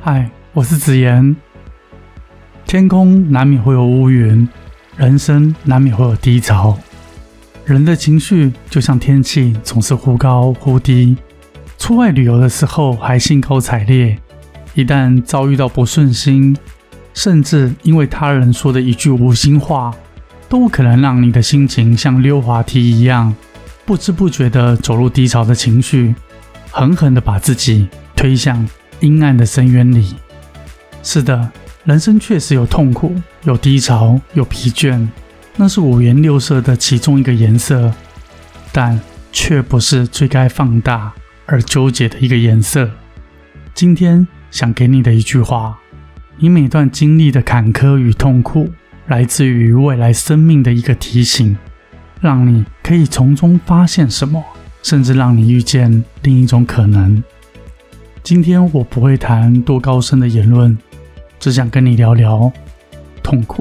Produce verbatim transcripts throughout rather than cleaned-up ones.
嗨，我是子言。天空难免会有乌云，人生难免会有低潮。人的情绪就像天气，总是忽高忽低。出外旅游的时候还兴高采烈，一旦遭遇到不顺心，甚至因为他人说的一句无心话，都可能让你的心情像溜滑梯一样，不知不觉地走入低潮的情绪，狠狠地把自己推向阴暗的深渊里。是的，人生确实有痛苦，有低潮，有疲倦，那是五颜六色的其中一个颜色，但却不是最该放大而纠结的一个颜色。今天想给你的一句话，你每段经历的坎坷与痛苦，来自于未来生命的一个提醒，让你可以从中发现什么，甚至让你遇见另一种可能。今天我不会谈多高深的言论，只想跟你聊聊痛苦。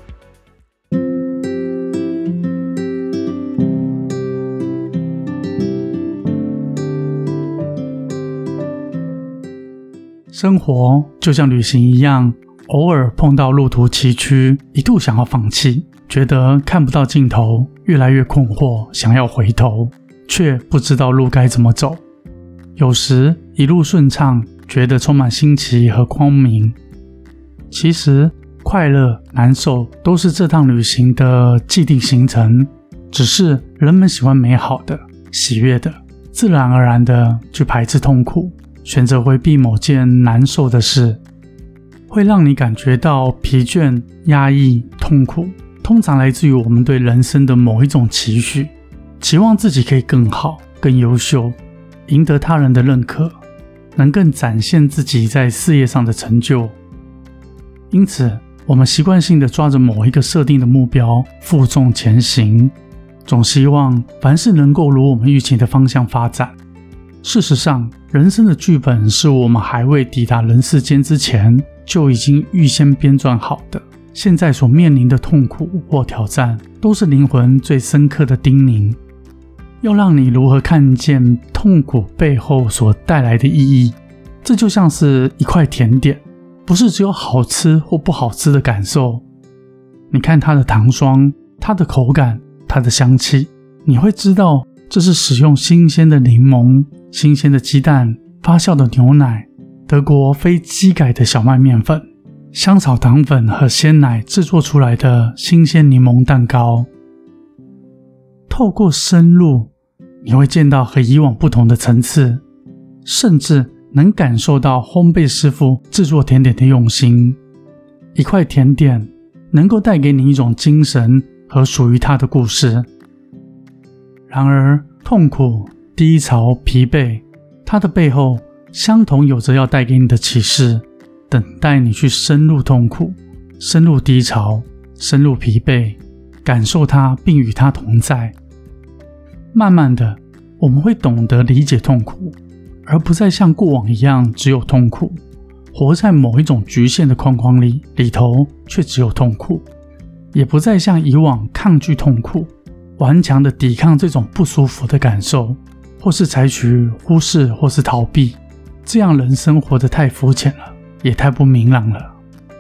生活就像旅行一样，偶尔碰到路途崎岖，一度想要放弃，觉得看不到尽头，越来越困惑，想要回头，却不知道路该怎么走。有时一路顺畅，觉得充满新奇和光明。其实快乐、难受都是这趟旅行的既定行程，只是人们喜欢美好的、喜悦的，自然而然的去排斥痛苦，选择回避某件难受的事。会让你感觉到疲倦、压抑、痛苦，通常来自于我们对人生的某一种期许，期望自己可以更好、更优秀，赢得他人的认可，能更展现自己在事业上的成就。因此，我们习惯性地抓着某一个设定的目标，负重前行，总希望凡事能够如我们预期的方向发展。事实上，人生的剧本是我们还未抵达人世间之前，就已经预先编撰好的。现在所面临的痛苦或挑战，都是灵魂最深刻的叮咛，要让你如何看见痛苦背后所带来的意义。这就像是一块甜点，不是只有好吃或不好吃的感受。你看它的糖霜，它的口感，它的香气，你会知道这是使用新鲜的柠檬、新鲜的鸡蛋、发酵的牛奶、德国非机改的小麦面粉、香草糖粉和鲜奶制作出来的新鲜柠檬蛋糕。透过深入，你会见到和以往不同的层次，甚至能感受到烘焙师傅制作甜点的用心。一块甜点能够带给你一种精神和属于它的故事。然而，痛苦、低潮、疲惫，它的背后相同有着要带给你的启示，等待你去深入痛苦，深入低潮，深入疲惫，感受它并与它同在。慢慢的，我们会懂得理解痛苦，而不再像过往一样只有痛苦，活在某一种局限的框框里，里头却只有痛苦，也不再像以往抗拒痛苦，顽强的抵抗这种不舒服的感受，或是采取忽视或是逃避。这样人生活得太肤浅了，也太不明朗了。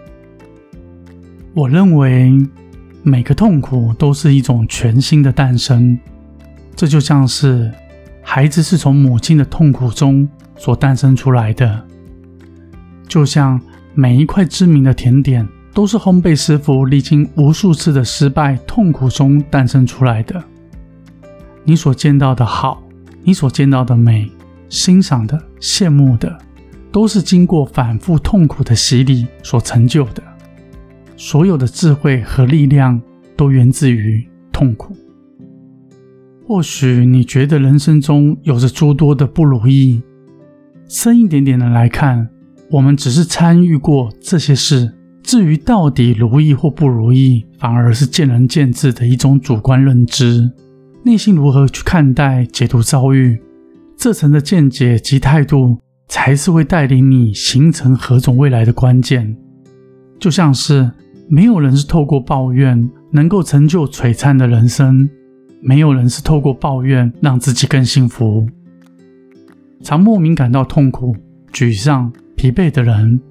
我认为每个痛苦都是一种全新的诞生，这就像是孩子是从母亲的痛苦中所诞生出来的，就像每一块知名的甜点都是烘焙师傅历经无数次的失败痛苦中诞生出来的。你所见到的好，你所见到的美，欣赏的、羡慕的，都是经过反复痛苦的洗礼所成就的。所有的智慧和力量都源自于痛苦。或许你觉得人生中有着诸多的不如意，深一点点的来看，我们只是参与过这些事，至于到底如意或不如意，反而是见仁见智的一种主观认知。内心如何去看待、解读遭遇，这层的见解及态度，才是会带领你形成何种未来的关键。就像是没有人是透过抱怨能够成就璀璨的人生，没有人是透过抱怨让自己更幸福。常莫名感到痛苦、沮丧、疲惫的人，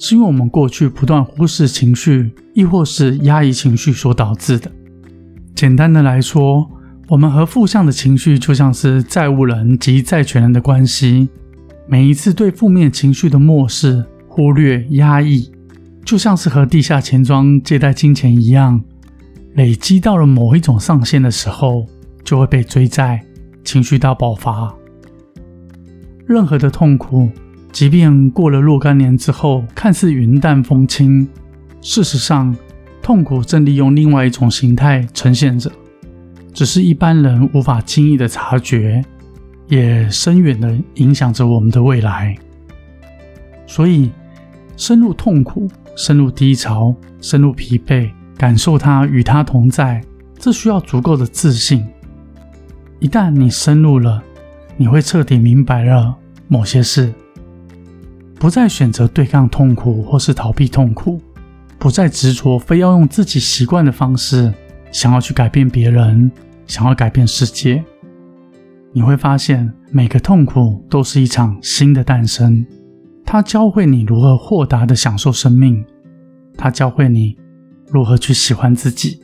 是因为我们过去不断忽视情绪，亦或是压抑情绪所导致的。简单的来说，我们和负向的情绪就像是债务人及债权人的关系，每一次对负面情绪的漠视、忽略、压抑，就像是和地下钱庄借贷金钱一样，累积到了某一种上限的时候，就会被追债，情绪大爆发。任何的痛苦，即便过了若干年之后看似云淡风轻，事实上痛苦正利用另外一种形态呈现着，只是一般人无法轻易的察觉，也深远的影响着我们的未来。所以深入痛苦，深入低潮，深入疲惫，感受它，与它同在，这需要足够的自信。一旦你深入了，你会彻底明白了某些事，不再选择对抗痛苦或是逃避痛苦，不再执着非要用自己习惯的方式想要去改变别人，想要改变世界。你会发现每个痛苦都是一场新的诞生，它教会你如何豁达地享受生命，它教会你如何去喜欢自己。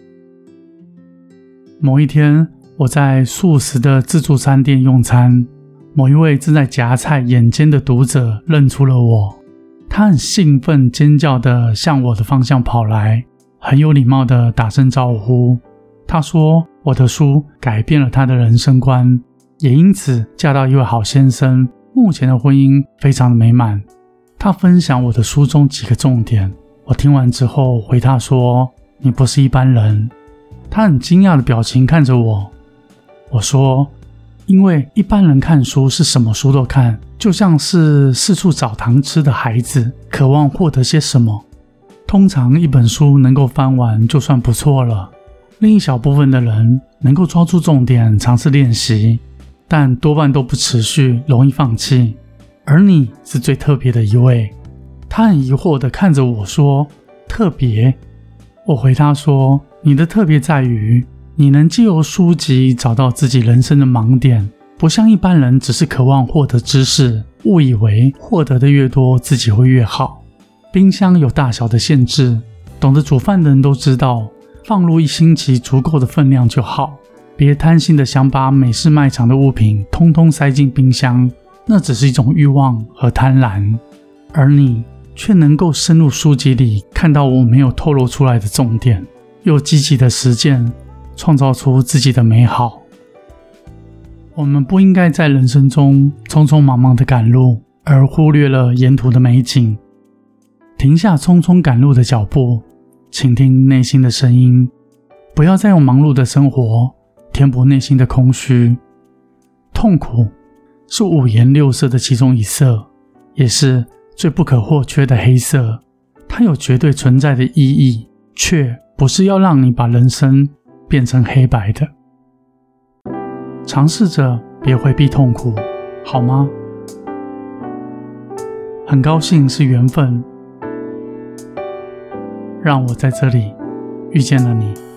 某一天，我在素食的自助餐店用餐，某一位正在夹菜眼尖的读者认出了我，他很兴奋尖叫地向我的方向跑来，很有礼貌地打声招呼。他说我的书改变了他的人生观，也因此嫁到一位好先生，目前的婚姻非常的美满。他分享我的书中几个重点，我听完之后回他说，你不是一般人。他很惊讶的表情看着我，我说，因为一般人看书是什么书都看，就像是四处找糖吃的孩子，渴望获得些什么。通常一本书能够翻完就算不错了，另一小部分的人能够抓住重点，尝试练习，但多半都不持续，容易放弃。而你是最特别的一位。他很疑惑地看着我说，特别？我回他说，你的特别在于你能藉由书籍找到自己人生的盲点，不像一般人只是渴望获得知识，误以为获得的越多自己会越好。冰箱有大小的限制，懂得煮饭的人都知道，放入一星期足够的分量就好，别贪心的想把美式卖场的物品通通塞进冰箱，那只是一种欲望和贪婪。而你却能够深入书籍里看到我没有透露出来的重点，又积极的实践，创造出自己的美好。我们不应该在人生中匆匆忙忙的赶路，而忽略了沿途的美景。停下匆匆赶路的脚步，倾听内心的声音，不要再用忙碌的生活填补内心的空虚。痛苦是五颜六色的其中一色，也是最不可或缺的黑色，它有绝对存在的意义，却不是要让你把人生变成黑白的。尝试着别回避痛苦，好吗？很高兴是缘分，让我在这里遇见了你。